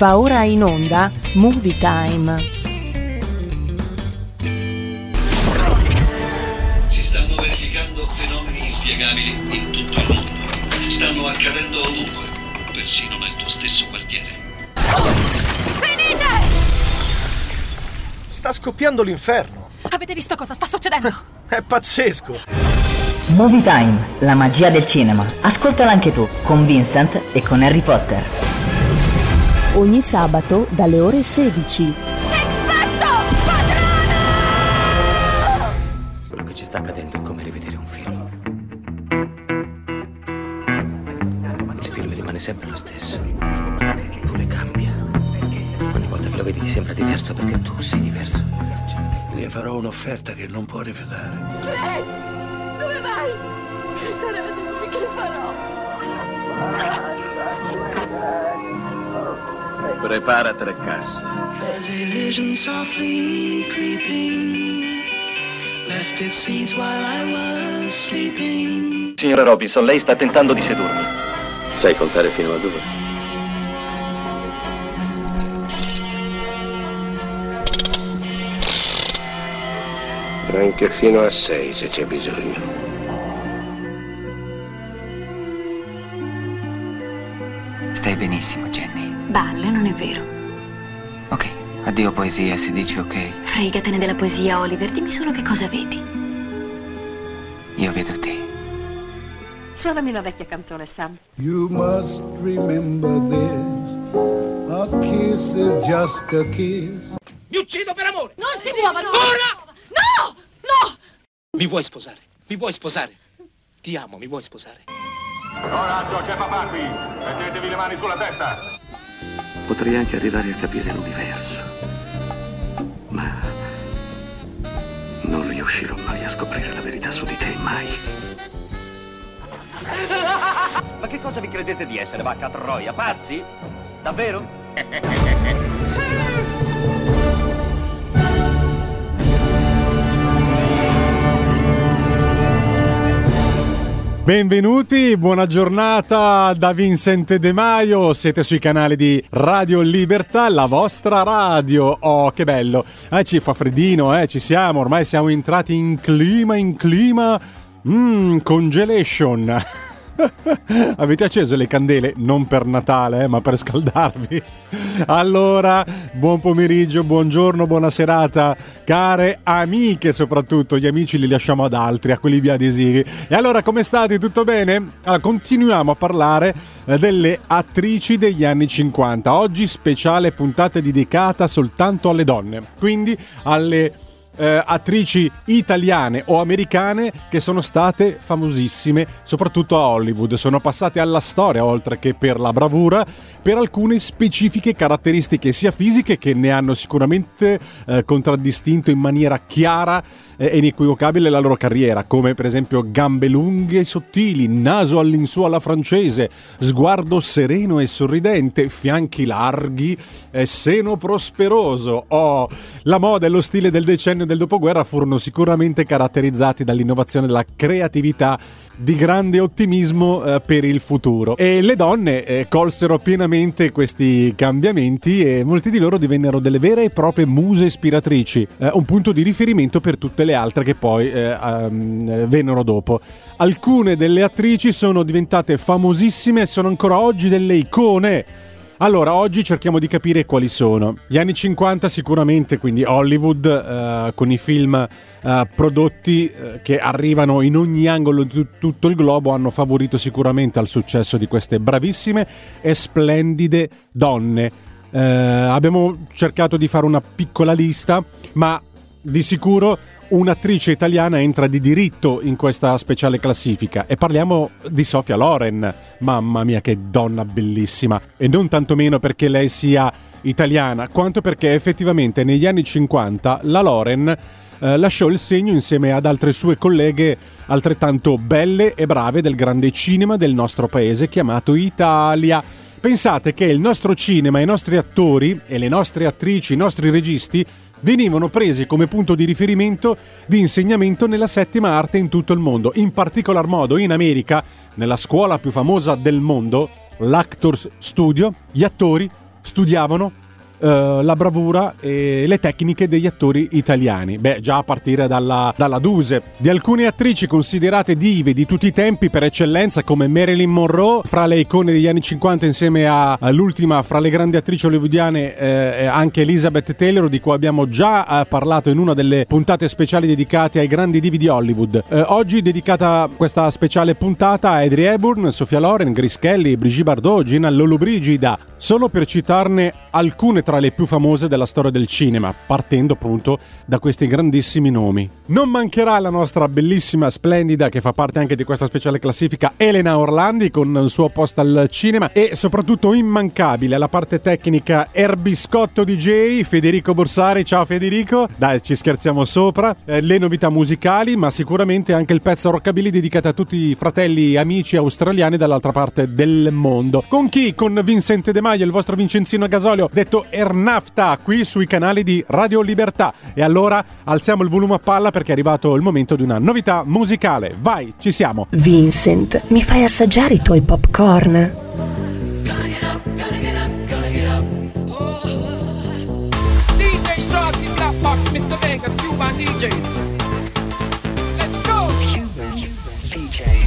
Va ora in onda Movie Time. Si stanno verificando fenomeni inspiegabili in tutto il mondo. Stanno accadendo ovunque, persino nel tuo stesso quartiere. Venite! Sta scoppiando l'inferno. Avete visto cosa sta succedendo? È pazzesco. Movie Time, la magia del cinema. Ascoltala anche tu, con Vincent e con Harry Potter. Ogni sabato dalle ore 16. Expecto Patrono! Quello che ci sta accadendo è come rivedere un film. Il film rimane sempre lo stesso, eppure cambia. Ogni volta che lo vedi ti sembra diverso perché tu sei diverso. Le farò un'offerta che non può rifiutare. Lei! Dove vai? Che sarà di lui? Che farò? Prepara 3 casse. As a vision softly creeping, left its seeds while I was sleeping. Signora Robinson, lei sta tentando di sedurmi. Sai contare fino a 2? Anche fino a 6 se c'è bisogno. Stai benissimo, Jenny. Balle, non è vero. Ok, addio poesia, se dici ok. Fregatene della poesia, Oliver, dimmi solo che cosa vedi. Io vedo te. Suonami una vecchia canzone, Sam. You must remember this. A kiss is just a kiss. Mi uccido per amore! Non si muova, no! Ora! No! No! Mi vuoi sposare? Mi vuoi sposare? Ti amo, mi vuoi sposare? Coraggio, c'è papà qui! Mettetevi le mani sulla testa! Potrei anche arrivare a capire l'universo, ma non riuscirò mai a scoprire la verità su di te, mai. Ma che cosa vi credete di essere, vacca troia? Pazzi? Davvero? Benvenuti, buona giornata da Vincent De Maio, siete sui canali di Radio Libertà, la vostra radio. Oh, che bello, ci fa freddino, ci siamo, ormai siamo entrati in clima, congelation. Avete acceso le candele? Non per Natale, ma per scaldarvi. Allora, buon pomeriggio, buongiorno, buona serata, care amiche, soprattutto gli amici li lasciamo ad altri, a quelli biadesivi. E allora, come state? Tutto bene? Allora, continuiamo a parlare delle attrici degli anni 50. Oggi speciale puntata dedicata soltanto alle donne, quindi alle attrici italiane o americane che sono state famosissime soprattutto a Hollywood, sono passate alla storia oltre che per la bravura, per alcune specifiche caratteristiche sia fisiche che ne hanno sicuramente contraddistinto in maniera chiara e inequivocabile la loro carriera, come per esempio gambe lunghe e sottili, naso all'insù alla francese, sguardo sereno e sorridente, fianchi larghi e seno prosperoso. La moda e lo stile del decennio del dopoguerra furono sicuramente caratterizzati dall'innovazione della creatività, di grande ottimismo per il futuro, e le donne colsero pienamente questi cambiamenti e molti di loro divennero delle vere e proprie muse ispiratrici, un punto di riferimento per tutte le altre che poi vennero dopo. Alcune delle attrici sono diventate famosissime e sono ancora oggi delle icone. Allora, oggi cerchiamo di capire quali sono. Gli anni 50 sicuramente, quindi Hollywood, con i film prodotti che arrivano in ogni angolo di tutto il globo, hanno favorito sicuramente al successo di queste bravissime e splendide donne. Abbiamo cercato di fare una piccola lista, ma di sicuro un'attrice italiana entra di diritto in questa speciale classifica e parliamo di Sophia Loren. Mamma mia, che donna bellissima, e non tanto meno perché lei sia italiana quanto perché effettivamente negli anni 50 la Loren lasciò il segno insieme ad altre sue colleghe altrettanto belle e brave del grande cinema del nostro paese chiamato Italia. Pensate che il nostro cinema, i nostri attori e le nostre attrici, i nostri registi venivano presi come punto di riferimento di insegnamento nella settima arte in tutto il mondo, in particolar modo in America, nella scuola più famosa del mondo, l'Actors Studio. Gli attori studiavano la bravura e le tecniche degli attori italiani. Beh, già a partire dalla Duse, di alcune attrici considerate dive di tutti i tempi per eccellenza, come Marilyn Monroe, fra le icone degli anni 50, insieme all'ultima fra le grandi attrici hollywoodiane, anche Elizabeth Taylor, di cui abbiamo già parlato in una delle puntate speciali dedicate ai grandi divi di Hollywood. Oggi dedicata questa speciale puntata a Audrey Hepburn, Sophia Loren, Grace Kelly, Brigitte Bardot, Gina Lollobrigida, solo per citarne alcune tra le più famose della storia del cinema, partendo appunto da questi grandissimi nomi. Non mancherà la nostra bellissima, splendida, che fa parte anche di questa speciale classifica, Elena Orlandi con il suo posto al cinema, e soprattutto immancabile alla parte tecnica Erbiscotto DJ, Federico Borsari. Ciao Federico, dai, ci scherziamo sopra, le novità musicali, ma sicuramente anche il pezzo rockabilly dedicato a tutti i fratelli amici australiani dall'altra parte del mondo. Con chi? Con Vincent De Maio, il vostro Vincenzino Gasolio, detto Ernafta, qui sui canali di Radio Libertà. E allora alziamo il volume a palla perché è arrivato il momento di una novità musicale. Vai, ci siamo. Vincent, mi fai assaggiare i tuoi popcorn? DJ Shorty, Black Box, Mr. Vegas, Cuban DJs. Let's go! Cuban DJs.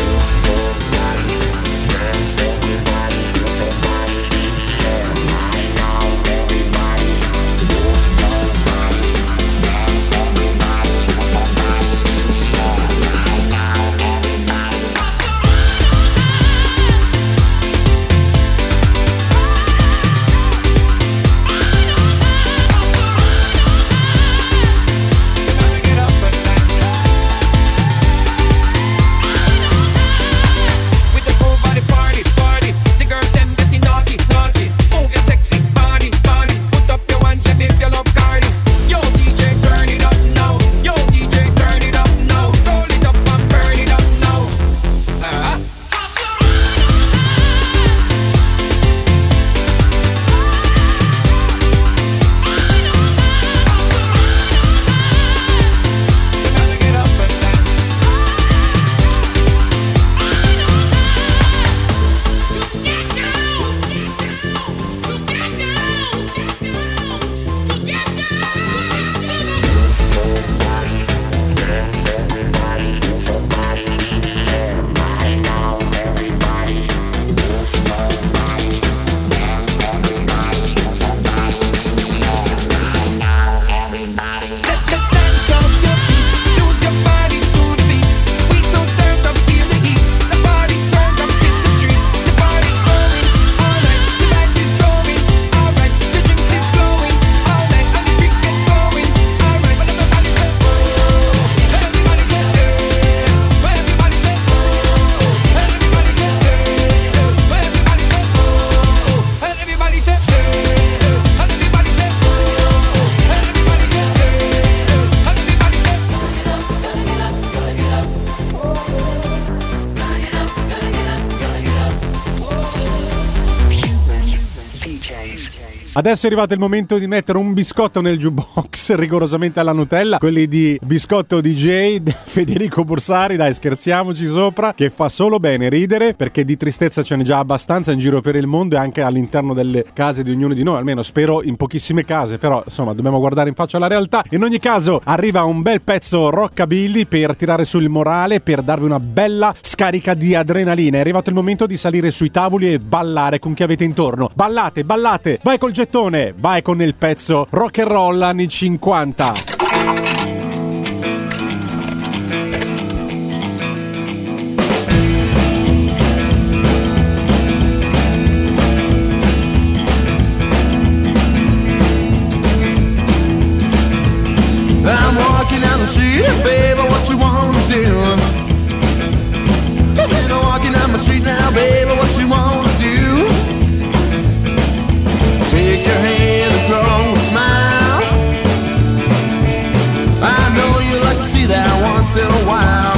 Adesso è arrivato il momento di mettere un biscotto nel jukebox, rigorosamente alla Nutella, quelli di Biscotto DJ, Federico Borsari. Dai, scherziamoci sopra, che fa solo bene ridere, perché di tristezza ce n'è già abbastanza in giro per il mondo e anche all'interno delle case di ognuno di noi, almeno spero in pochissime case, però insomma dobbiamo guardare in faccia la realtà. In ogni caso arriva un bel pezzo rockabilly per tirare sul morale, per darvi una bella scarica di adrenalina. È arrivato il momento di salire sui tavoli e ballare con chi avete intorno. Ballate, ballate, vai col gettone, vai con il pezzo rock and roll anni 50. I'm walking down the street, baby, what you wanna do? I'm walking down the street now, baby, what you wanna do? Take your hand and throw a smile. I know you like to see that once in a while.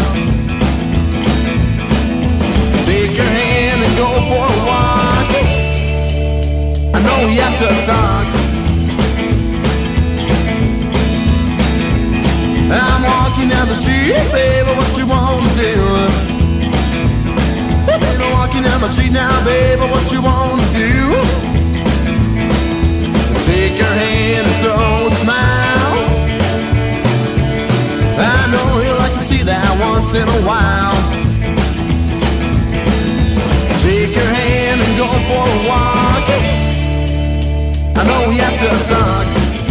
Take your hand and go for a walk. I know we have to talk. I'm walking down the street, baby, what you wanna do? I'm walking down the street now, baby, what you wanna do? once in a while. Take your hand and go for a walk. I know we have to talk.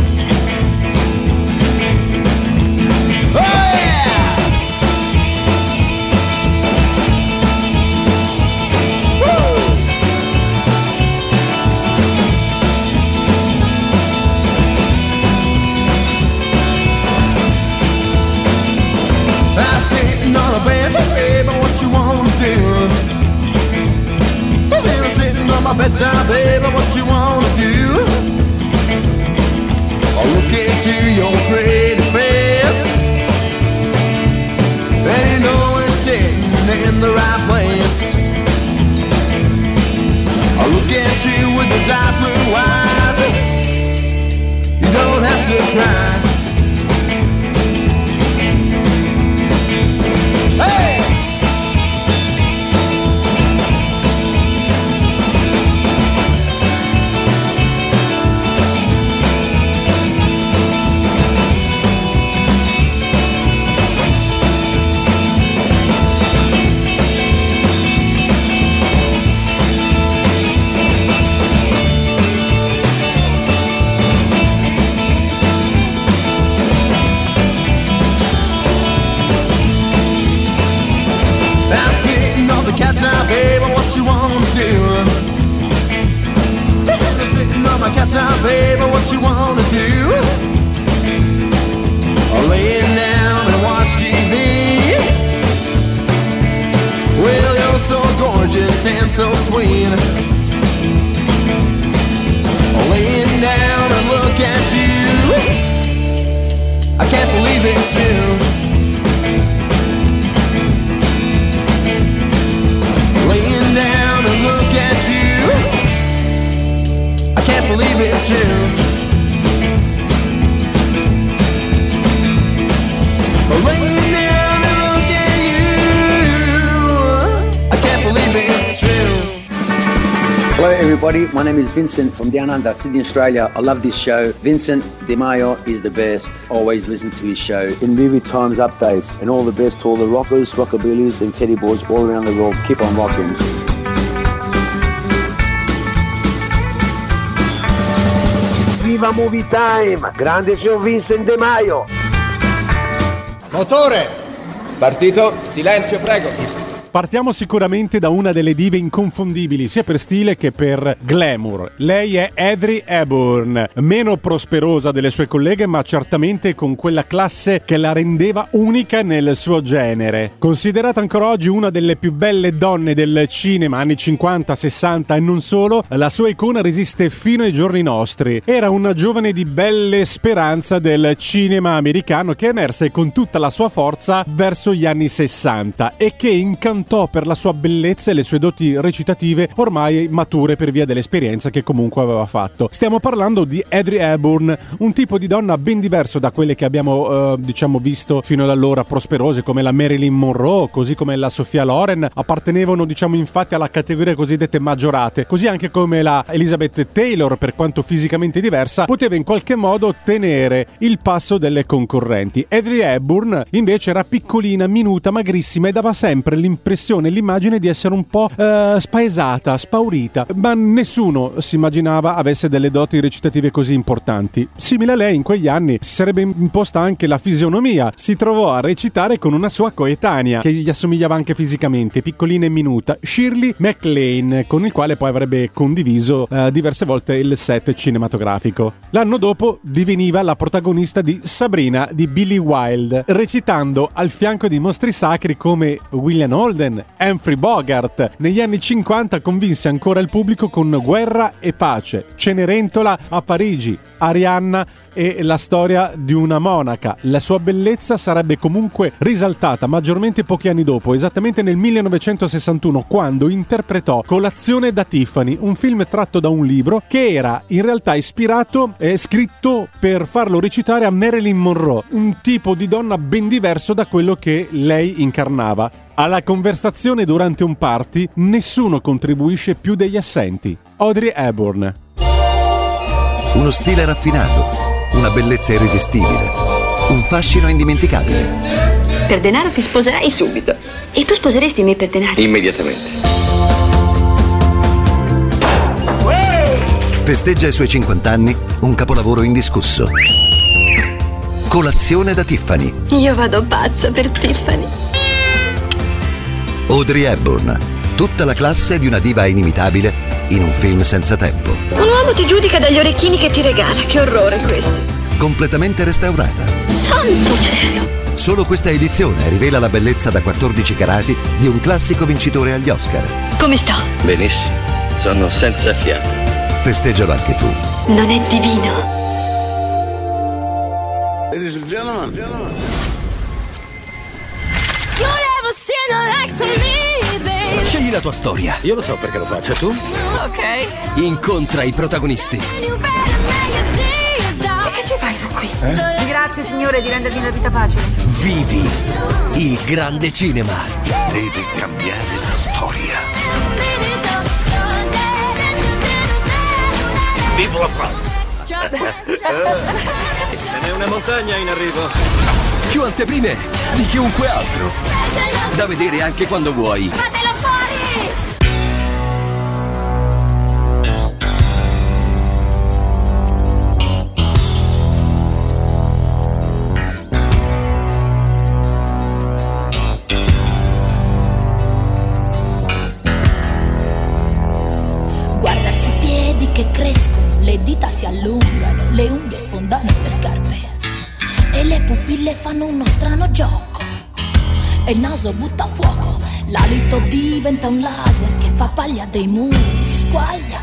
Oh yeah! Woo! I'm sitting on a bench, baby, what you wanna do? I'm sitting on my bedside, baby, what you wanna do? I look into your pretty face, and you know we're sitting in the right place. I look at you with the dark blue eyes, you don't have to cry. Hey! Now, baby, what you wanna do? Sitting on my couch now, baby, what you wanna do? Laying down and watch TV. Well, you're so gorgeous and so sweet. Laying down and look at you, I can't believe it's you. Laying down and look at you, I can't believe it's you. Laying down and look at you, I can't believe it's true. Hello everybody, my name is Vincent from Down Under, Sydney, Australia. I love this show. Vincent De Maio is the best. Always listen to his show. In Movie Times updates, and all the best to all the rockers, rockabillys and teddy boys all around the world. Keep on rocking. Viva Movie Time! Grande signor Vincent De Maio! Motore! Partito, silenzio prego. Partiamo sicuramente da una delle dive inconfondibili, sia per stile che per glamour. Lei è Audrey Hepburn, meno prosperosa delle sue colleghe, ma certamente con quella classe che la rendeva unica nel suo genere. Considerata ancora oggi una delle più belle donne del cinema, anni 50, 60 e non solo, la sua icona resiste fino ai giorni nostri. Era una giovane di belle speranza del cinema americano che emerse con tutta la sua forza verso gli anni 60 e che incantò per la sua bellezza e le sue doti recitative ormai mature per via dell'esperienza che comunque aveva fatto. Stiamo parlando di Audrey Hepburn, un tipo di donna ben diverso da quelle che abbiamo visto fino ad allora prosperose come la Marilyn Monroe, così come la Sophia Loren. Appartenevano infatti alla categoria cosiddette maggiorate, così anche come la Elizabeth Taylor, per quanto fisicamente diversa, poteva in qualche modo tenere il passo delle concorrenti. Audrey Hepburn invece era piccolina, minuta, magrissima e dava sempre l'impressione, l'immagine di essere un po' spaesata, spaurita, ma nessuno si immaginava avesse delle doti recitative così importanti. Simile a lei, in quegli anni si sarebbe imposta anche la fisionomia. Si trovò a recitare con una sua coetanea che gli assomigliava anche fisicamente, piccolina e minuta, Shirley MacLaine, con il quale poi avrebbe condiviso diverse volte il set cinematografico. L'anno dopo diveniva la protagonista di Sabrina di Billy Wilde, recitando al fianco di mostri sacri come William Holden, Humphrey Bogart. Negli anni 50 convinse ancora il pubblico con Guerra e Pace, Cenerentola a Parigi, Arianna e la storia di una monaca. La sua bellezza sarebbe comunque risaltata maggiormente pochi anni dopo, esattamente nel 1961, quando interpretò Colazione da Tiffany, un film tratto da un libro che era in realtà ispirato e scritto per farlo recitare a Marilyn Monroe, un tipo di donna ben diverso da quello che lei incarnava. Alla conversazione durante un party nessuno contribuisce più degli assenti. Audrey Hepburn. Uno stile raffinato, una bellezza irresistibile, un fascino indimenticabile. Per denaro ti sposerai subito. E tu sposeresti me per denaro? Immediatamente. Festeggia i suoi 50 anni un capolavoro indiscusso. Colazione da Tiffany. Io vado pazza per Tiffany. Audrey Hepburn, tutta la classe di una diva inimitabile in un film senza tempo. Un uomo ti giudica dagli orecchini che ti regala. Che orrore questo. Completamente restaurata. Santo cielo. Solo questa edizione rivela la bellezza da 14 carati di un classico vincitore agli Oscar. Come sto? Benissimo. Sono senza fiato. Festeggialo anche tu. Non è divino. Ladies and gentlemen. Scegli la tua storia. Io lo so perché lo faccio, tu? Ok. Incontra i protagonisti. E che ci fai tu qui? Grazie signore di rendermi la vita facile. Vivi il grande cinema. Devi cambiare la storia. Vive la France! Ce n'è una montagna in arrivo. Più anteprime di chiunque altro. Da vedere anche quando vuoi. Fatelo fuori! Guardarsi i piedi che crescono, le dita si allungano, le unghie sfondano le scarpe e le pupille fanno uno strano gioco e il naso butta fuoco, l'alito diventa un laser che fa paglia dei muri, squaglia.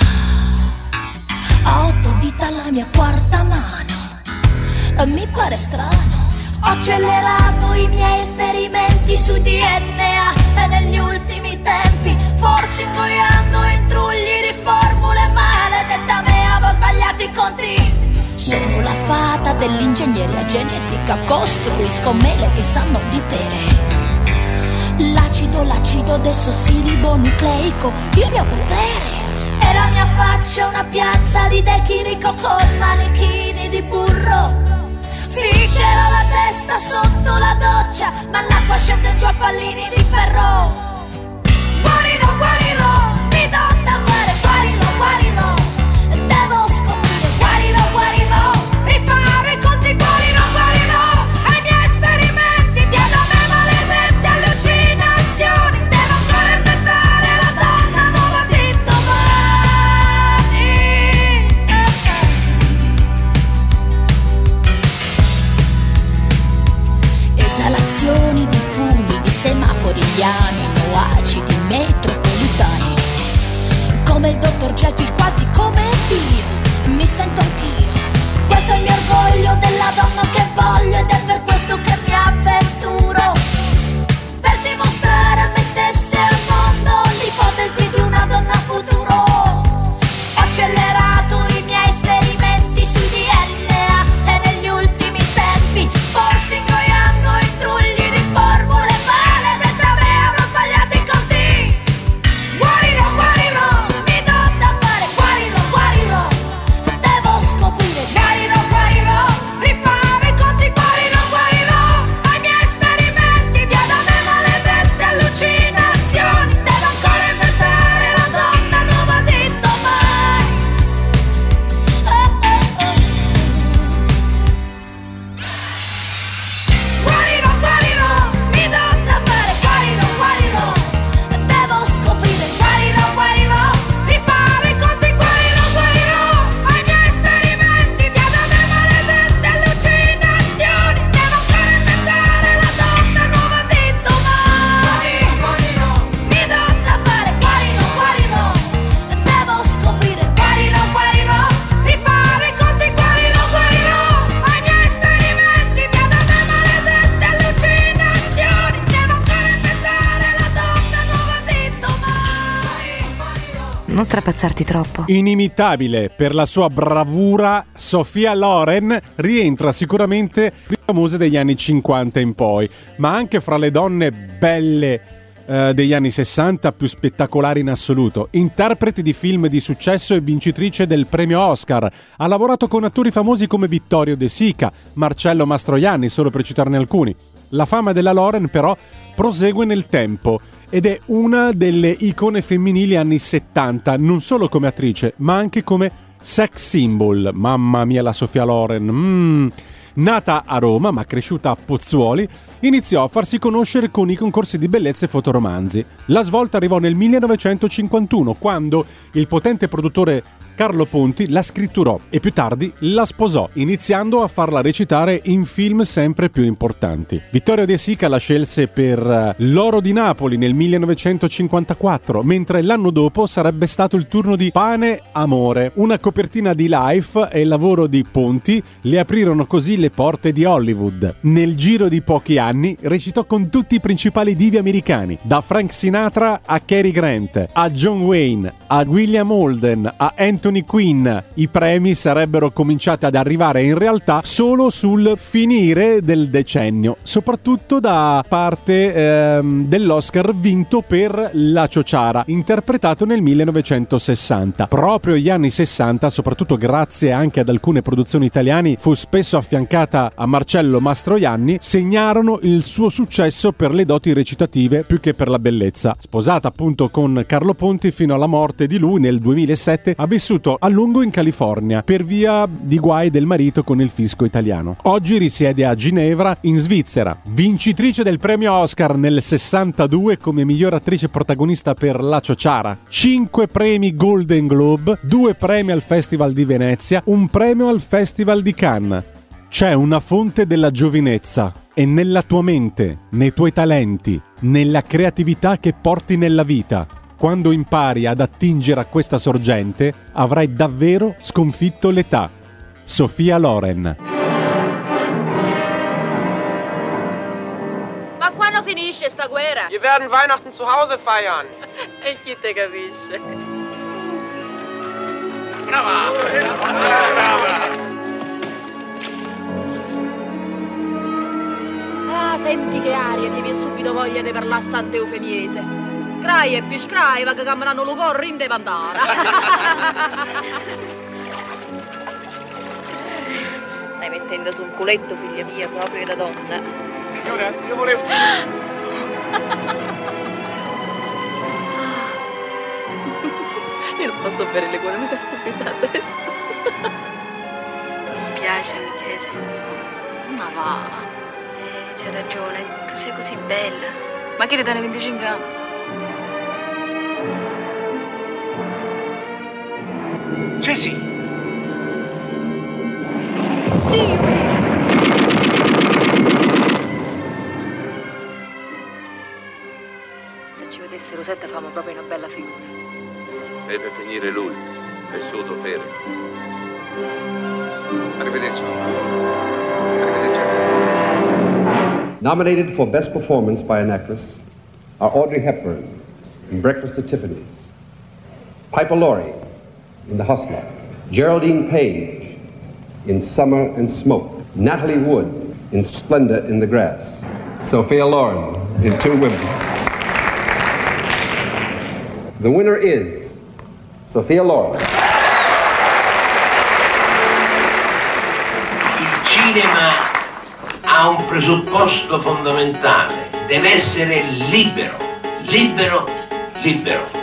A 8 dita la mia quarta mano e mi pare strano. Ho accelerato i miei esperimenti su DNA e negli ultimi tempi, forse ingoiando intrugli di formule, maledetta me, avevo sbagliato i conti. Sono la fata dell'ingegneria genetica, costruisco mele che sanno di pere. L'acido desossiribonucleico, il mio potere. E la mia faccia una piazza di De Chirico con manichini di burro. Ficcherò la testa sotto la doccia, ma l'acqua scende giù a pallini di ferro. Guarirò, guarirò, mi do da fare, guarirò, guarirò. Devo scoprire, guarirò, guarirò. Rifare i conti, guarirò, guarirò. Ai miei esperimenti, pieno a me maledetti allucinazioni. Devo ancora inventare la donna nuova di domani. Esalazioni di fumi, di semafori, gli aminoacidi metropolitani. Come il dottor Jekyll, quasi come Dio, mi sento anch'io. Questo è il mio orgoglio della donna che voglio ed è per questo che mi avventuro. Per dimostrare a me stessa e al mondo l'ipotesi di una donna futuro. Ho accelerato i miei esperimenti su DNA e negli ultimi tempi, forse ingoiando intrugli di formule, maledetta me, avrò sbagliato i conti. Guarirò, guarirò, mi do da fare, guarirò, guarirò. Devo scoprire, guarirò, guarirò. Rifare i conti, guarirò, guarirò. Ai miei esperimenti, via da me maledette allucinazioni. Devo ancora inventare la donna nuova di domani. Guarirò, guarirò, mi do da fare, guarirò, guarirò. Devo scoprire, guarirò, guarirò. Rifare i conti, guarirò, guarirò. Ai miei esperimenti, via da me maledette allucinazioni. Devo ancora inventare la donna nuova di domani. Guarirò, mi do da fare, guarirò, guarirò. Devo scoprire, guarirò, guarirò. Rifare i conti, guarirò, guarirò. Ai miei esperimenti, via da me maledette allucinazioni. Devo ancora inventare la donna nuova di domani. Non strapazzarti troppo. Inimitabile per la sua bravura, Sophia Loren rientra sicuramente tra le famose degli anni 50 in poi, ma anche fra le donne belle degli anni 60 più spettacolari in assoluto. Interprete di film di successo e vincitrice del premio Oscar. Ha lavorato con attori famosi come Vittorio De Sica, Marcello Mastroianni, solo per citarne alcuni. La fama della Loren però prosegue nel tempo ed è una delle icone femminili anni 70, non solo come attrice, ma anche come sex symbol. Mamma mia, la Sophia Loren. Nata a Roma, ma cresciuta a Pozzuoli, iniziò a farsi conoscere con i concorsi di bellezza e fotoromanzi. La svolta arrivò nel 1951, quando il potente produttore Carlo Ponti la scritturò e più tardi la sposò, iniziando a farla recitare in film sempre più importanti. Vittorio De Sica la scelse per L'oro di Napoli nel 1954, mentre l'anno dopo sarebbe stato il turno di Pane Amore. Una copertina di Life e il lavoro di Ponti le aprirono così le porte di Hollywood. Nel giro di pochi anni recitò con tutti i principali divi americani, da Frank Sinatra a Cary Grant, a John Wayne, a William Holden, a Anthony Quinn. I premi sarebbero cominciati ad arrivare in realtà solo sul finire del decennio, soprattutto da parte dell'Oscar vinto per La Ciociara, interpretato nel 1960. Proprio gli anni 60, soprattutto grazie anche ad alcune produzioni italiane, fu spesso affiancata a Marcello Mastroianni, segnarono il suo successo per le doti recitative più che per la bellezza. Sposata appunto con Carlo Ponti fino alla morte di lui nel 2007, ha vissuto a lungo in California per via di guai del marito con il fisco italiano. Oggi risiede a Ginevra, in Svizzera. Vincitrice del premio Oscar nel 62 come miglior attrice protagonista per La Ciociara, 5 premi Golden Globe, 2 premi al Festival di Venezia, un premio al Festival di Cannes. C'è una fonte della giovinezza e nella tua mente, nei tuoi talenti, nella creatività che porti nella vita. Quando impari ad attingere a questa sorgente, avrai davvero sconfitto l'età. Sophia Loren. Ma quando finisce sta guerra? Wir werden Weihnachten zu Hause feiern. E chi te capisce? Brava! Ah, senti che aria, ti viene subito voglia di parlare a Sante Eufemiese. Scrai e più scrai, va che camminano lo corri in devandara. Stai mettendo su un culetto, figlia mia, proprio da donna. Signora, io volevo... Io non posso bere le cuore, mi dà subito la testa. Mi piace, Michele. Ma va. C'hai ragione, tu sei così bella. Ma che ne tiene 25 anni? Ceci! Se ci vedesse Rosetta famo proprio una bella figura. Deve finire lui, è suo dovere. Arrivederci. Arrivederci. Nominated for Best Performance by an Actress are Audrey Hepburn in Breakfast at Tiffany's, Piper Laurie in The Hustler, Geraldine Page in Summer and Smoke, Natalie Wood in Splendor in the Grass, Sophia Loren in Two Women. The winner is Sophia Loren. Il cinema ha un presupposto fondamentale, deve essere libero, libero, libero.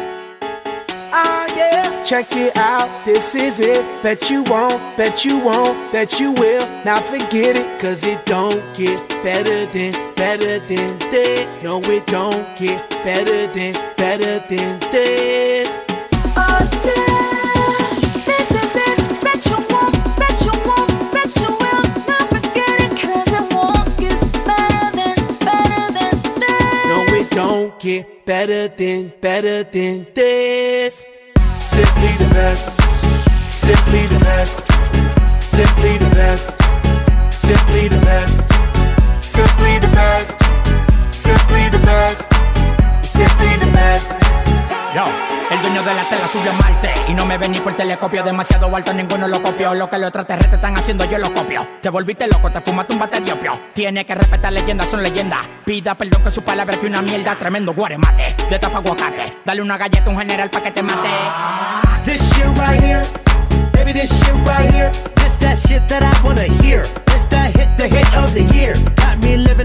Check it out, this is it. Bet you won't, bet you won't, bet you will. Now forget it, cause it don't get better than this. No, it don't get better than this. Oh yeah, this is it. Bet you won't, bet you won't, bet you will. Now forget it, cause it won't get better than this. No, it don't get better than this. Simply the best, simply the best, simply the best, simply the best, simply the best, simply the best, simply the best. Yo, el dueño de la tela subió a Marte y no me ven ni por telescopio, demasiado alto, ninguno lo copió. Lo que los extraterrestres están haciendo yo lo copio. Te volviste loco, te fumaste un bate de opio. Tiene que respetar leyendas, son leyendas. Pida perdón que su palabra que una mierda. Tremendo guaremate, de tapa aguacate. Dale una galleta a un general pa' que te mate. This shit right here, baby, this shit right here. This that shit that I wanna hear. This that hit, the hit of the year. Got me living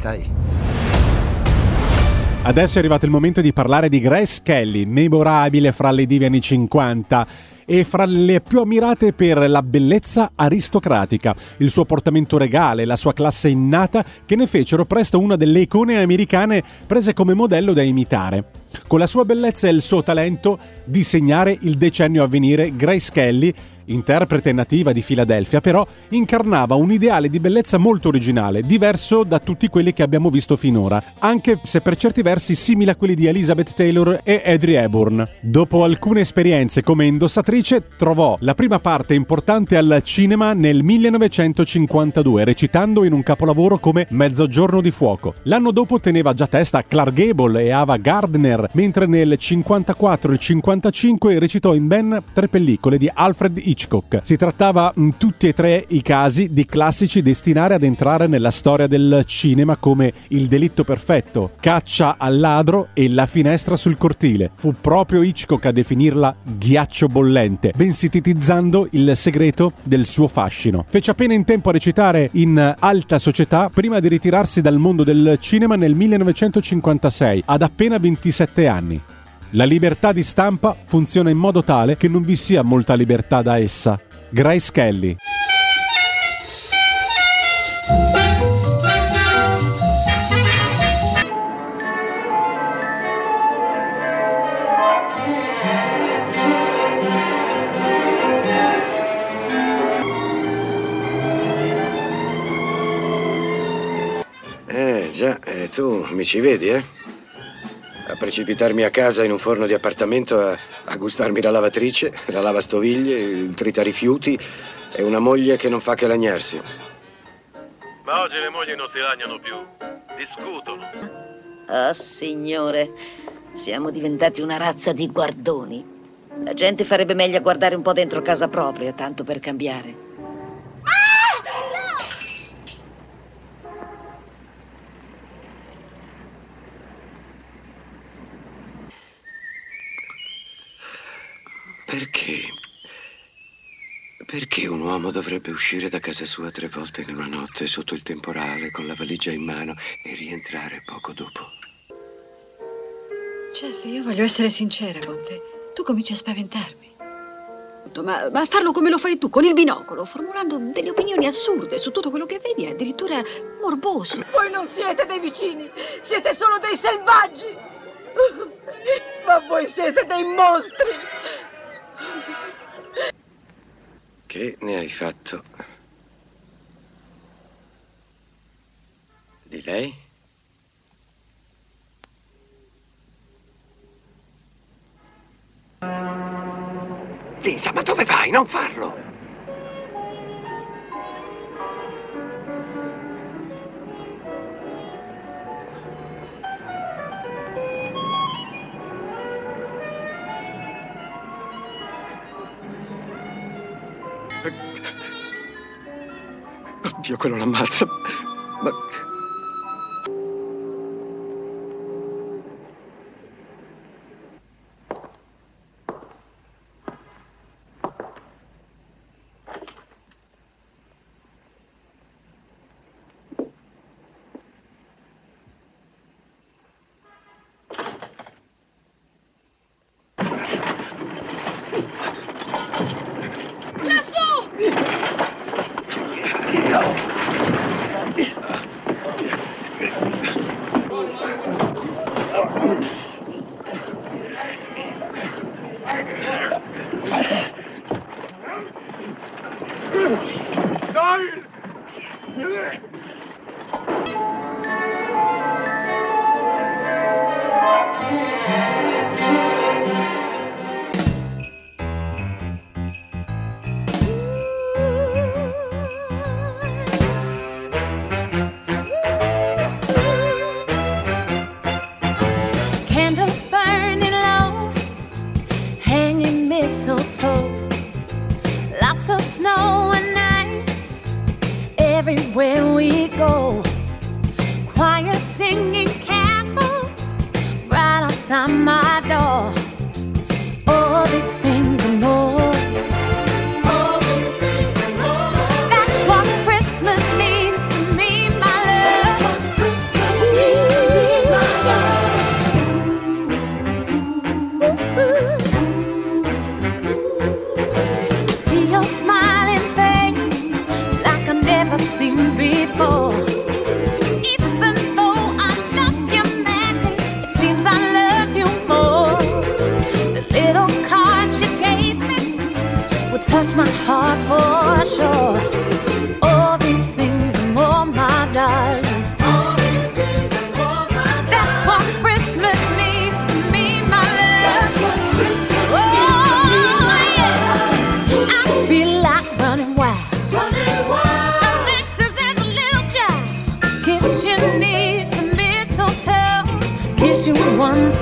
stai? Adesso è arrivato il momento di parlare di Grace Kelly, memorabile fra le dive anni 50 e fra le più ammirate per la bellezza aristocratica, il suo portamento regale, la sua classe innata che ne fecero presto una delle icone americane prese come modello da imitare. Con la sua bellezza e il suo talento di segnare il decennio a venire, Grace Kelly, interprete nativa di Filadelfia, però incarnava un ideale di bellezza molto originale, diverso da tutti quelli che abbiamo visto finora, anche se per certi versi simile a quelli di Elizabeth Taylor e Audrey Hepburn. Dopo alcune esperienze come indossatrice, trovò la prima parte importante al cinema nel 1952, recitando in un capolavoro come Mezzogiorno di fuoco. L'anno dopo teneva già testa a Clark Gable e Ava Gardner, mentre nel 54 e 55 recitò in ben 3 pellicole di Alfred Hitchcock. Si trattava in tutti e 3 i casi di classici destinati ad entrare nella storia del cinema come Il delitto perfetto, Caccia al ladro e La finestra sul cortile. Fu proprio Hitchcock a definirla ghiaccio bollente, ben sintetizzando il segreto del suo fascino. Fece appena in tempo a recitare in Alta società prima di ritirarsi dal mondo del cinema nel 1956, ad appena 27 anni. La libertà di stampa funziona in modo tale che non vi sia molta libertà da essa. Grace Kelly. Già, tu mi ci vedi, A precipitarmi a casa in un forno di appartamento a gustarmi la lavatrice, la lavastoviglie, il tritarifiuti e una moglie che non fa che lagnarsi. Ma oggi le mogli non si lagnano più, discutono. Oh, signore, siamo diventati una razza di guardoni. La gente farebbe meglio a guardare un po' dentro casa propria, tanto per cambiare. Perché un uomo dovrebbe uscire da casa sua 3 volte in una notte sotto il temporale con la valigia in mano e rientrare poco dopo? Jeff, io voglio essere sincera con te. Tu cominci a spaventarmi. Ma farlo come lo fai tu, con il binocolo, formulando delle opinioni assurde su tutto quello che vedi, è addirittura morboso. Voi non siete dei vicini, siete solo dei selvaggi. Ma voi siete dei mostri. Che ne hai fatto? Di lei? Lisa, ma dove vai? Non farlo! Oddio, quello l'ammazza. Ma...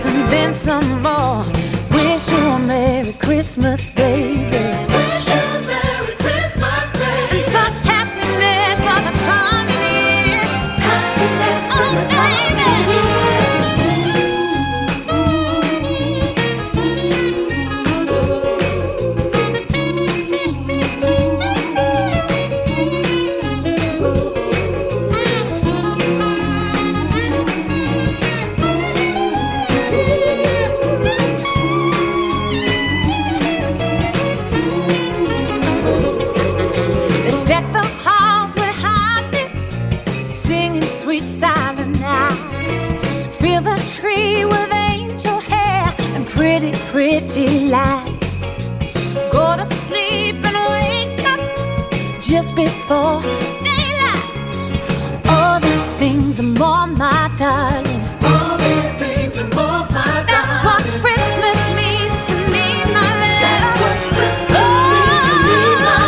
and then some more. Wish you a Merry Christmas, baby. Wish you a Merry Christmas, baby. And such happiness for the coming year. Happiness for the coming pretty lights. Go to sleep and wake up just before daylight. All these things and more, my darling. All these things and more, my darling. That's what Christmas means to me, my love. That's what Christmas means to me, my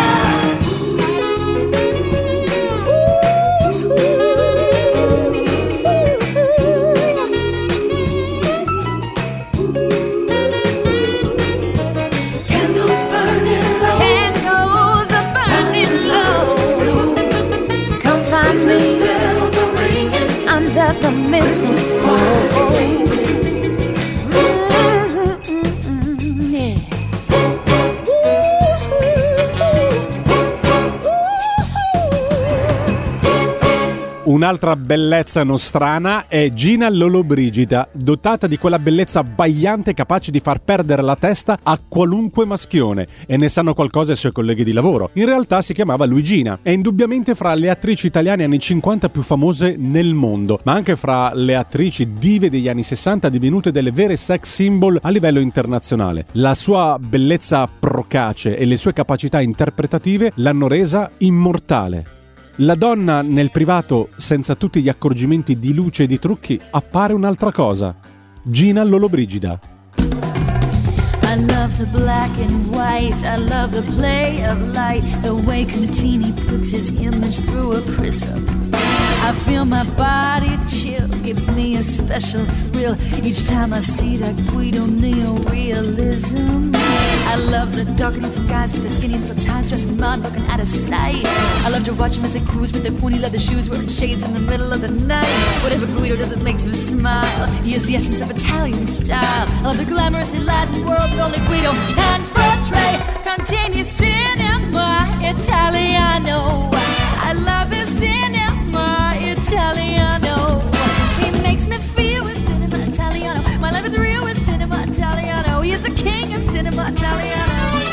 the mistletoe. Un'altra bellezza nostrana è Gina Lollobrigida, dotata di quella bellezza abbagliante capace di far perdere la testa a qualunque maschione, e ne sanno qualcosa i suoi colleghi di lavoro. In realtà si chiamava Luigina, è indubbiamente fra le attrici italiane anni 50 più famose nel mondo, ma anche fra le attrici dive degli anni 60 divenute delle vere sex symbol a livello internazionale. La sua bellezza procace e le sue capacità interpretative l'hanno resa immortale. La donna nel privato, senza tutti gli accorgimenti di luce e di trucchi, appare un'altra cosa. Gina Lollobrigida. I love the black and white, I love the play of light, the way Contini puts his image through a prism. I feel my body chill, gives me a special thrill each time I see that Guido neo-realism. I love the dark and handsome guys with their skinny little ties, dressed in mud, looking out of sight. I love to watch them as they cruise with their pointy leather shoes, wearing shades in the middle of the night. Whatever Guido does, it makes me smile. He is the essence of Italian style. I love the glamorous Latin world that only Guido can portray. Contini cinema Italiano. I love his cinema Italiano. He makes me feel with cinema Italiano. My life is real with cinema Italiano. He is the king of cinema Italiano.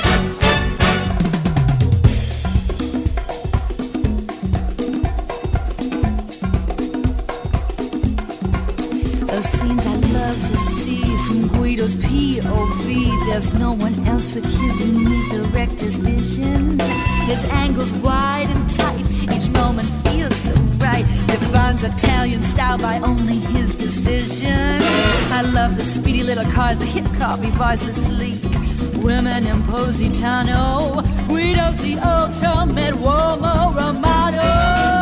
Those scenes I love to see from Guido's POV. There's no one else with his unique director's vision. His angles wide and tight, each moment feels so right. Defines Italian style by only his decision. I love the speedy little cars, the hip coffee bars, the sleek women in Positano. Guido's the ultimate uomo Romano.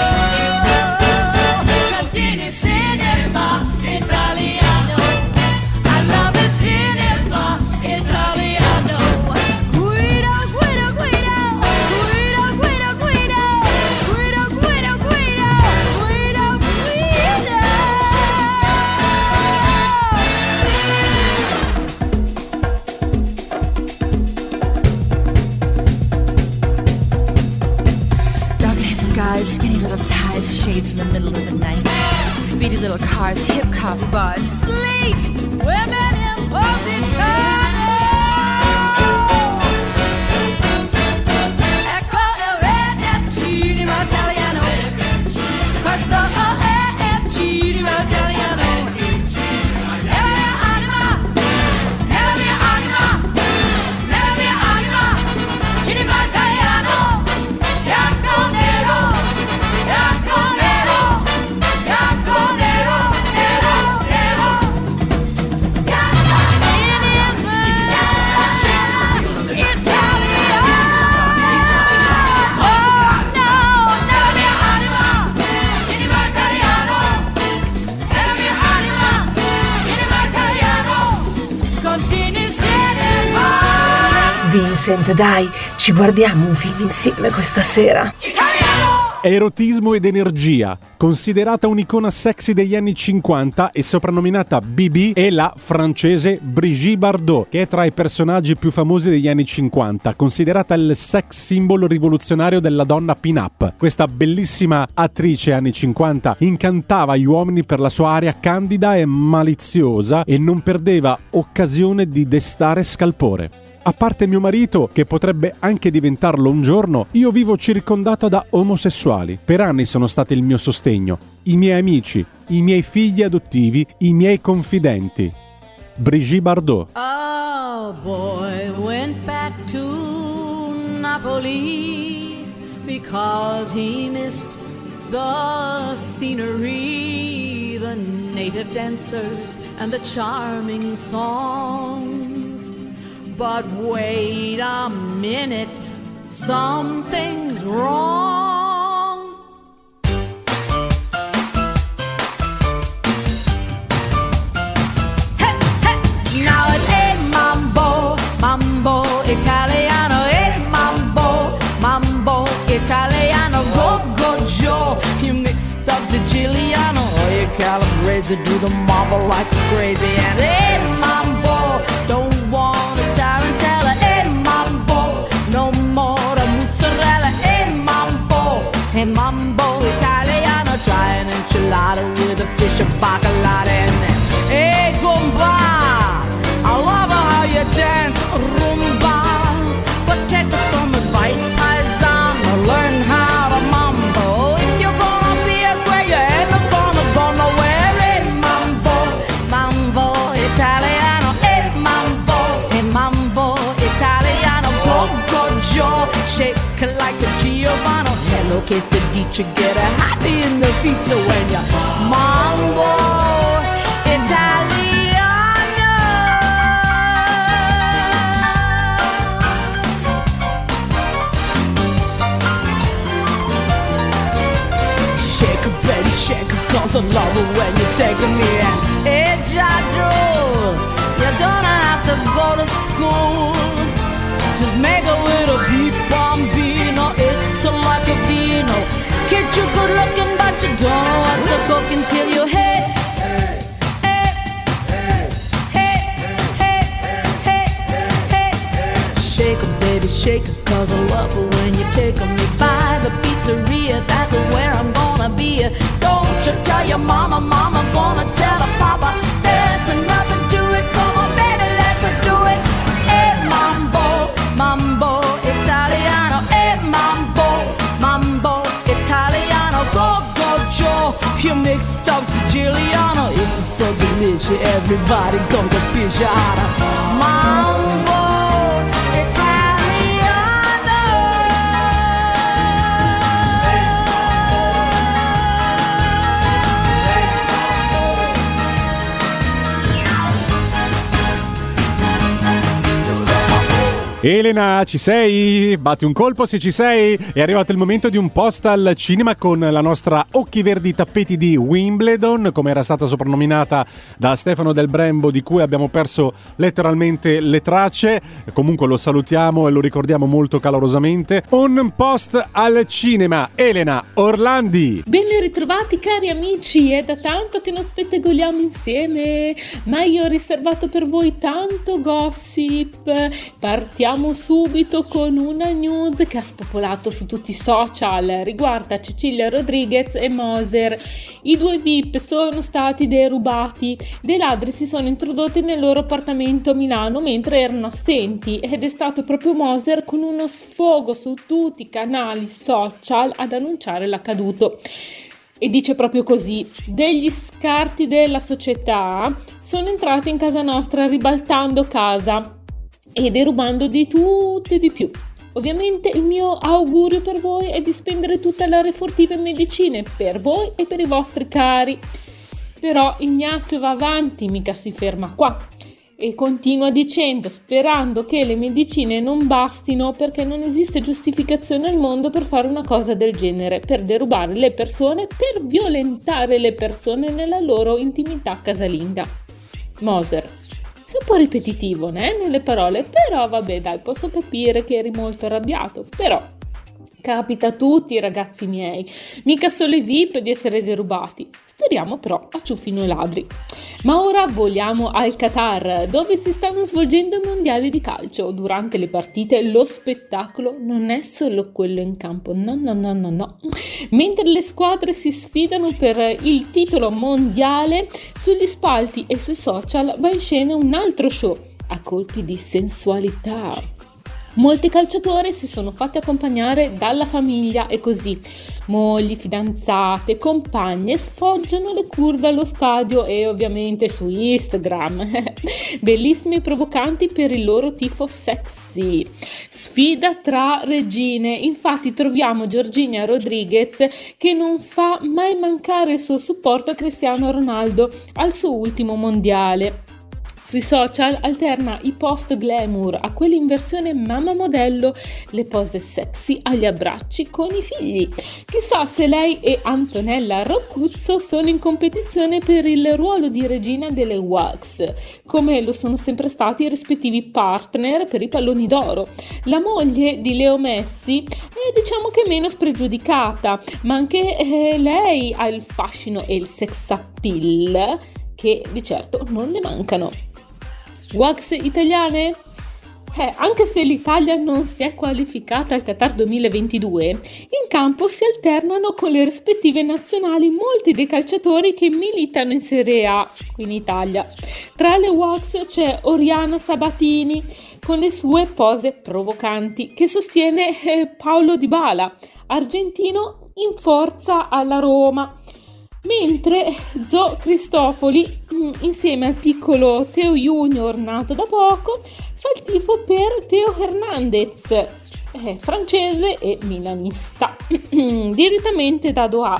Contini cinema Italiano. I love his cinema Italiano. Guido, Guido, Guido. Guido, Guido, Guido. Guido, Guido, Guido. Guido, Guido. Dark and handsome guys, skinny little ties, shades in the middle of the night. Speedy little cars, hip coffee bars, sleek women in Positano. Ecco il re del cinema italiano. Questo è il cinema italiano. Nella mia anima, nella mia anima, nella mia anima, cinema italiano. Bianco nero, bianco nero, bianco nero, nero, nero. Vincent, dai, ci guardiamo un film insieme questa sera. Erotismo ed energia. Considerata un'icona sexy degli anni 50 e soprannominata BB, è la francese Brigitte Bardot, che è tra i personaggi più famosi degli anni 50, considerata il sex symbol rivoluzionario della donna pin-up. Questa bellissima attrice anni 50 incantava gli uomini per la sua aria candida e maliziosa e non perdeva occasione di destare scalpore. A parte mio marito, che potrebbe anche diventarlo un giorno, io vivo circondata da omosessuali. Per anni sono stati il mio sostegno, i miei amici, i miei figli adottivi, i miei confidenti. Brigitte Bardot. A boy went back to Napoli because he missed the scenery, the native dancers and the charming songs. But wait a minute, something's wrong. Hey, hey, now it's a mambo, mambo italiano, a mambo, mambo italiano, go go Joe, you mixed up Siciliano, or you calabrese, do the mambo like a crazy, and a mambo, don't want a tarantella, e mambo, no more a mozzarella, e mambo italiano, try an enchilada with a fish and bacalao, and then, hey gumba, I love how you dance rumba, but take some advice, paisano, learn how to mambo, if you're gonna be a swear, you ain't gonna go nowhere, e mambo italiano, mambo italiano, go go Joe, shake like a Giovanni. Hello quesadilla, get a happy in the feet when you mambo italiano. Shake it, baby, shake it, 'cause I love it when you're taking me in. Hey, Jadro, you don't have to go to school. Just make a little beef bambino. It's like a vino. Kid, you're good looking, but you don't know what's a cooking till you hit. Shake it, baby, shake it, 'cause I love it when you're taking me by the pizzeria. That's where I'm gonna be. Don't you tell your mama, mama's gonna tell her papa. There's nothing to it, come on, baby, let's do it. Mambo, mambo italiano, mambo italiano, go go Joe, you mixed up Siciliano. It's so delicious, everybody come to fish out. Mambo italiano. Elena, ci sei? Batti un colpo se ci sei. È arrivato il momento di un post al cinema con la nostra Occhi Verdi Tappeti di Wimbledon, come era stata soprannominata da Stefano Del Brembo, di cui abbiamo perso letteralmente le tracce. Comunque lo salutiamo e lo ricordiamo molto calorosamente. Un post al cinema. Elena Orlandi. Ben ritrovati cari amici, è da tanto che non spettegoliamo insieme, ma io ho riservato per voi tanto gossip. Partiamo subito con una news che ha spopolato su tutti i social, riguarda Cecilia Rodriguez e Moser. I due VIP sono stati derubati, dei ladri si sono introdotti nel loro appartamento a Milano mentre erano assenti ed è stato proprio Moser con uno sfogo su tutti i canali social ad annunciare l'accaduto. E dice proprio così: degli scarti della società sono entrati in casa nostra ribaltando casa e derubando di tutto e di più. Ovviamente il mio augurio per voi è di spendere tutte le refurtive medicine per voi e per i vostri cari. Però Ignazio va avanti, mica si ferma qua. E continua dicendo, sperando che le medicine non bastino perché non esiste giustificazione al mondo per fare una cosa del genere, per derubare le persone, per violentare le persone nella loro intimità casalinga. Moser, Sei un po' ripetitivo, nelle parole, però vabbè, dai, posso capire che eri molto arrabbiato, però capita a tutti, ragazzi miei, mica solo i VIP di essere derubati. Speriamo però acciuffino i ladri. Ma ora voliamo al Qatar, dove si stanno svolgendo i mondiali di calcio. Durante le partite lo spettacolo non è solo quello in campo, no. Mentre le squadre si sfidano per il titolo mondiale, sugli spalti e sui social va in scena un altro show a colpi di sensualità. Molti calciatori si sono fatti accompagnare dalla famiglia e così mogli, fidanzate, compagne sfoggiano le curve allo stadio e ovviamente su Instagram. Bellissimi e provocanti per il loro tifo sexy. Sfida tra regine, infatti troviamo Georgina Rodriguez che non fa mai mancare il suo supporto a Cristiano Ronaldo al suo ultimo mondiale. Sui social alterna i post glamour a quelli in versione mamma modello, le pose sexy agli abbracci con i figli. Chissà se lei e Antonella Roccuzzo sono in competizione per il ruolo di regina delle Wax, come lo sono sempre stati i rispettivi partner per i palloni d'oro. La moglie di Leo Messi è diciamo che meno spregiudicata, ma anche lei ha il fascino e il sex appeal che di certo non le mancano. Wax italiane? Anche se l'Italia non si è qualificata al Qatar 2022, in campo si alternano con le rispettive nazionali molti dei calciatori che militano in Serie A qui in Italia. Tra le Wax c'è Oriana Sabatini con le sue pose provocanti che sostiene Paulo Dybala, argentino in forza alla Roma. Mentre Zo Cristofoli, insieme al piccolo Teo Junior nato da poco, fa il tifo per Teo Hernandez, francese e milanista, direttamente da Doha.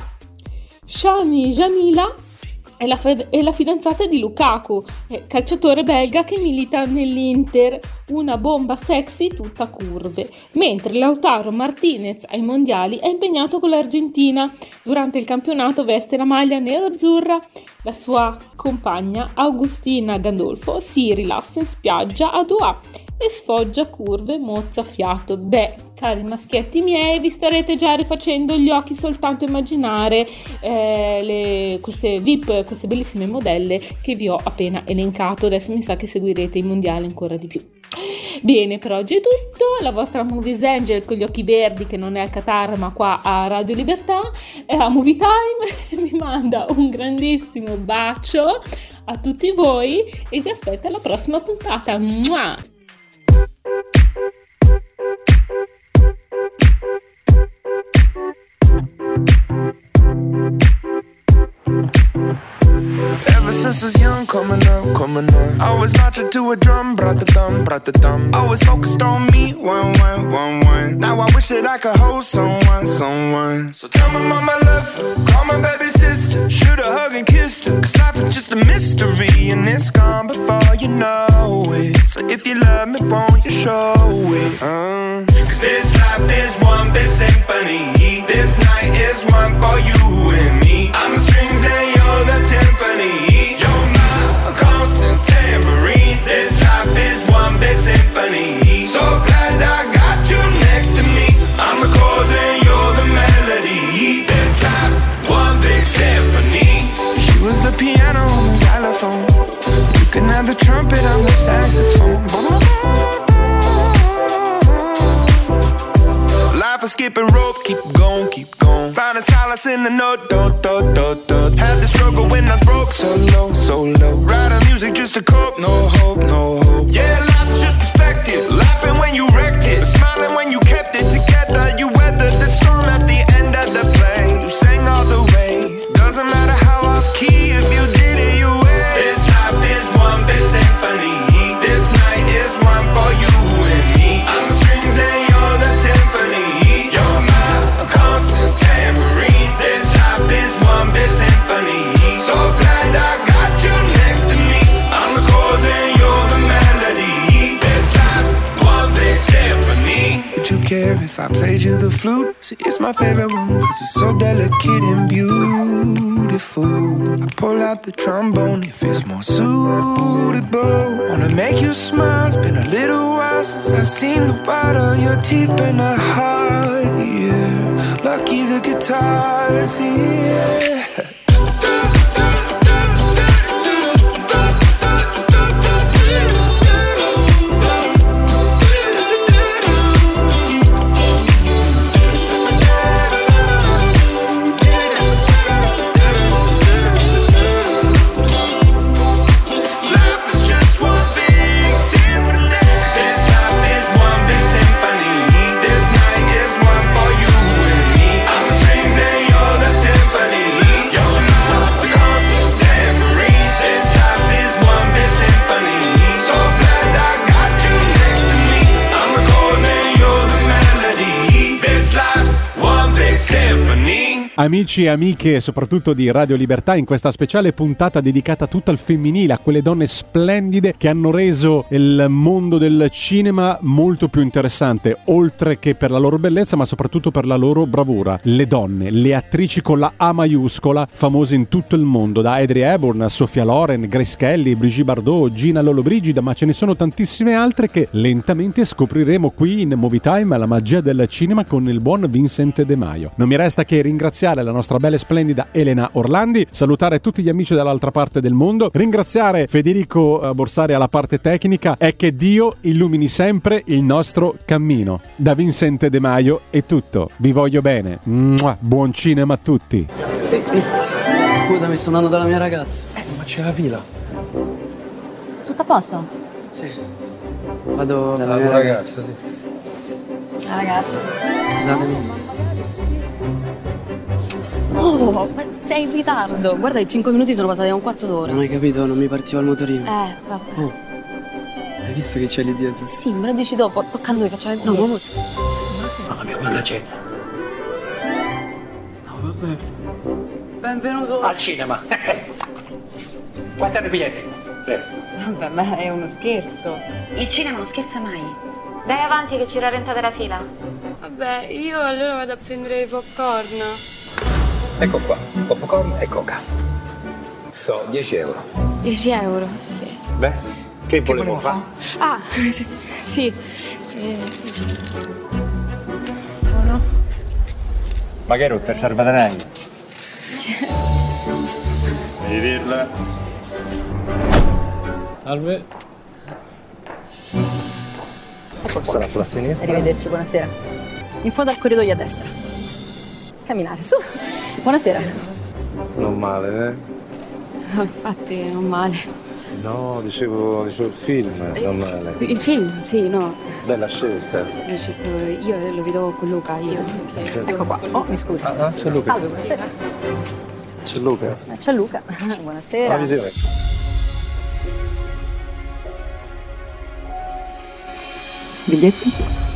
Shami Jamila è la fidanzata di Lukaku, calciatore belga che milita nell'Inter, una bomba sexy tutta curve, mentre Lautaro Martinez ai mondiali è impegnato con l'Argentina. Durante il campionato veste la maglia nero-azzurra. La sua compagna Augustina Gandolfo si rilassa in spiaggia a Doha e sfoggia curve mozzafiato. Beh, cari maschietti miei, vi starete già rifacendo gli occhi soltanto a immaginare queste VIP, queste bellissime modelle che vi ho appena elencato. Adesso mi sa che seguirete i mondiali ancora di più. Bene, per oggi è tutto. La vostra Movies Angel con gli occhi verdi, che non è al Qatar ma qua a Radio Libertà, a Movie Time, vi manda un grandissimo bacio a tutti voi e vi aspetta alla prossima puntata. Mua! Ever since I was young, coming up. Always marching to a drum, brought the thumb. Always focused on me, one. Now I wish that I could hold someone. So tell my mama I love her, call my baby sister. Shoot a hug and kissed her, cause life is just a mystery. And it's gone before you know it. So if you love me, won't you show it? Cause this life is one big symphony. This night is one for you and me. I'm the strings and you're the timpani. You're my constant tambourine. This life is one big symphony. So glad I got you next to me. I'm the chords and you're the melody. This life's one big symphony. She was the piano on the xylophone. You can have the trumpet on the saxophone. Life is skipping rope, keep going. Finding solace in the note, do. Had the struggle when I was broke, so low. Writing music just to cope, no hope. Yeah, life is just perspective. Laughing when you wrecked it, smiling when you kept it together. You weathered the storm at the end of the play. You sang all the way. Doesn't matter how off key, if you did it, you win. This life is one big symphony. This night is one for you and me. I'm the strings and you're the timpani. You're my constant tambourine. This life is one big symphony. So glad I got you next to me. I'm the chords and care if I played you the flute? See, it's my favorite one, cause it's so delicate and beautiful. I pull out the trombone if it's more suitable. Wanna make you smile, it's been a little while since I've seen the white of your teeth. Been a hard year, lucky the guitar is here. Amici e amiche, soprattutto di Radio Libertà, in questa speciale puntata dedicata tutta al femminile, a quelle donne splendide che hanno reso il mondo del cinema molto più interessante, oltre che per la loro bellezza, ma soprattutto per la loro bravura. Le donne, le attrici con la A maiuscola, famose in tutto il mondo, da Audrey Hepburn a Sophia Loren, Grace Kelly, Brigitte Bardot, Gina Lollobrigida, ma ce ne sono tantissime altre che lentamente scopriremo qui in Movie Time, la magia del cinema con il buon Vincent De Maio. Non mi resta che ringraziare la nostra bella e splendida Elena Orlandi, salutare tutti gli amici dall'altra parte del mondo, ringraziare Federico Borsari alla parte tecnica e che Dio illumini sempre il nostro cammino. Da Vincent De Maio è tutto, vi voglio bene. Buon cinema a tutti. Scusami, sto andando dalla mia ragazza. Ma c'è la fila. Tutto a posto? Sì. Vado dalla mia ragazza, sì. La ragazza. Scusatemi. Oh, ma sei in ritardo. Guarda, i 5 minuti sono passati a un quarto d'ora. Non hai capito, non mi partiva il motorino. Vabbè. Oh. Hai visto che c'è lì dietro? Sì, me lo dici dopo. Tocca a noi, facciamo il No, video. Mamma mia, guarda c'è. No, vabbè. Benvenuto al cinema. Quanti sono i biglietti? Prego. Vabbè, ma è uno scherzo. Il cinema non scherza mai. Dai avanti che ci rallentate la fila. Vabbè, io allora vado a prendere i popcorn. Ecco qua, popcorn e coca. So, 10 euro. 10 euro, sì. Beh, che volevo fare? Ah, sì. Buono. Ma che rotta il salvadanaio? Sì. Devi dirla. Salve. Ecco qua. Sarà sulla sinistra. Arrivederci, buonasera. In fondo al corridoio a destra. Camminare, su. Buonasera. Non male, eh? No, infatti, non male. No, dicevo il film, non male. Il film? Sì, no. Bella scelta. L'ho scelto io, lo vedo con Luca, io. Certo. Ecco qua. Oh, mi scusi. Ah, c'è Luca. Salve, buonasera. C'è Luca. C'è Luca. Buonasera. La visione. Biglietti?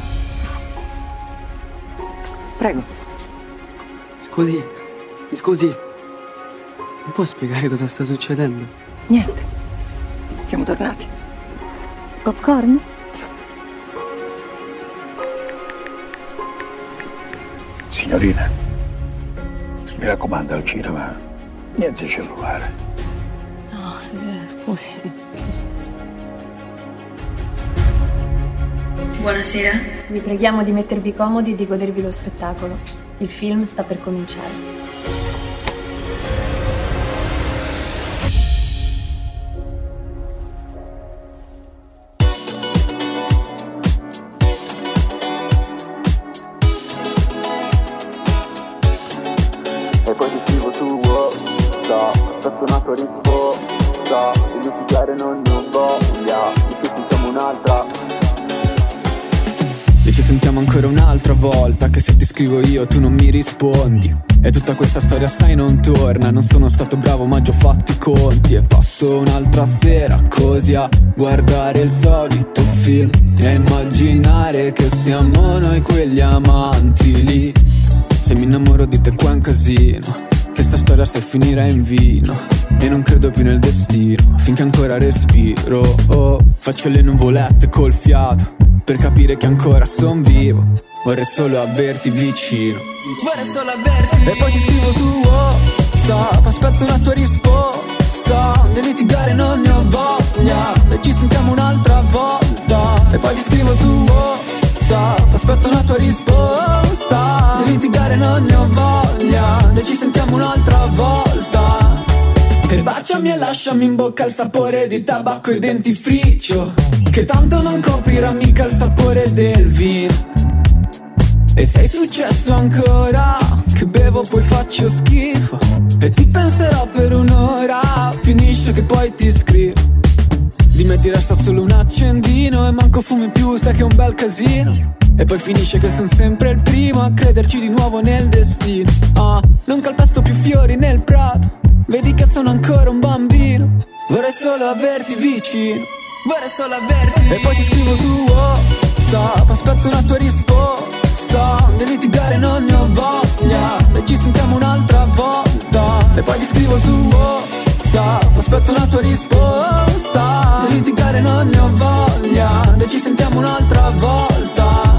Prego. Scusi, mi scusi. Mi può spiegare cosa sta succedendo? Niente. Siamo tornati. Popcorn? Signorina, mi raccomando al cinema, niente cellulare. No, scusi. Buonasera. Vi preghiamo di mettervi comodi e di godervi lo spettacolo. Il film sta per cominciare. E poi ti scrivo su WhatsApp, aspetto una tua risposta, e litigare non ne ho voglia, di più siamo un'altra. E ci sentiamo ancora un'altra volta, che se ti scrivo io tu non mi rispondi. E tutta questa storia sai non torna, non sono stato bravo ma già ho fatto i conti. E passo un'altra sera così a guardare il solito film e immaginare che siamo noi quegli amanti lì. Se mi innamoro di te qua è un casino, che sta storia se finirà in vino. E non credo più nel destino, finché ancora respiro. Oh, faccio le nuvolette col fiato per capire che ancora son vivo. vorrei solo averti vicino. Vorrei solo averti. E poi ti scrivo su WhatsApp, aspetto una tua risposta. Di litigare non ne ho voglia, e ci sentiamo un'altra volta. E poi ti scrivo su WhatsApp, aspetto una tua risposta. Di litigare non ne ho voglia, e ci sentiamo un'altra volta. E baciami e lasciami in bocca il sapore di tabacco e dentifricio, che tanto non coprirà mica il sapore del vino. E sei successo ancora, che bevo poi faccio schifo, e ti penserò per un'ora, finisce che poi ti scrivo. Di me ti resta solo un accendino, e manco fumi più, sai che è un bel casino. E poi finisce che son sempre il primo a crederci di nuovo nel destino. Non calpesto più fiori nel prato, vedi che sono ancora un bambino. Vorrei solo averti vicino, vorrei solo averti. E poi ti scrivo su WhatsApp, aspetto una tua risposta. Di litigare non ne ho voglia, e ci sentiamo un'altra volta. E poi ti scrivo su WhatsApp, aspetto una tua risposta. Di litigare non ne ho voglia, e ci sentiamo un'altra volta.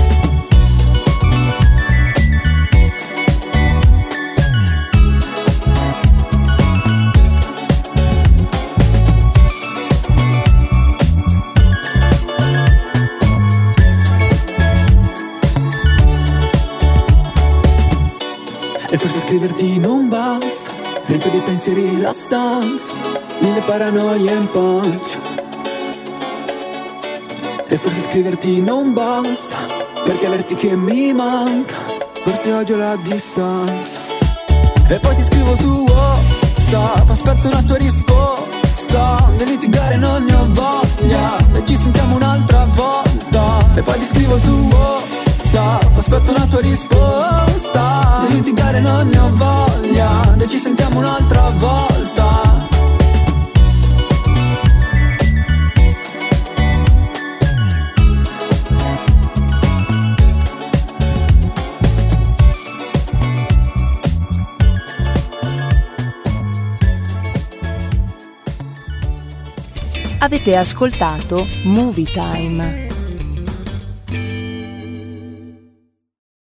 E forse scriverti non basta, riempio di pensieri la stanza, mille paranoie in pancia. E forse scriverti non basta, perché averti che mi manca, forse odio la distanza. E poi ti scrivo su WhatsApp, aspetto una tua risposta. Di litigare non ne ho voglia, e ci sentiamo un'altra volta. E poi ti scrivo su WhatsApp, aspetto una tua risposta. Di litigare non ne ho voglia, e ci sentiamo un'altra volta. Avete ascoltato Movie Time.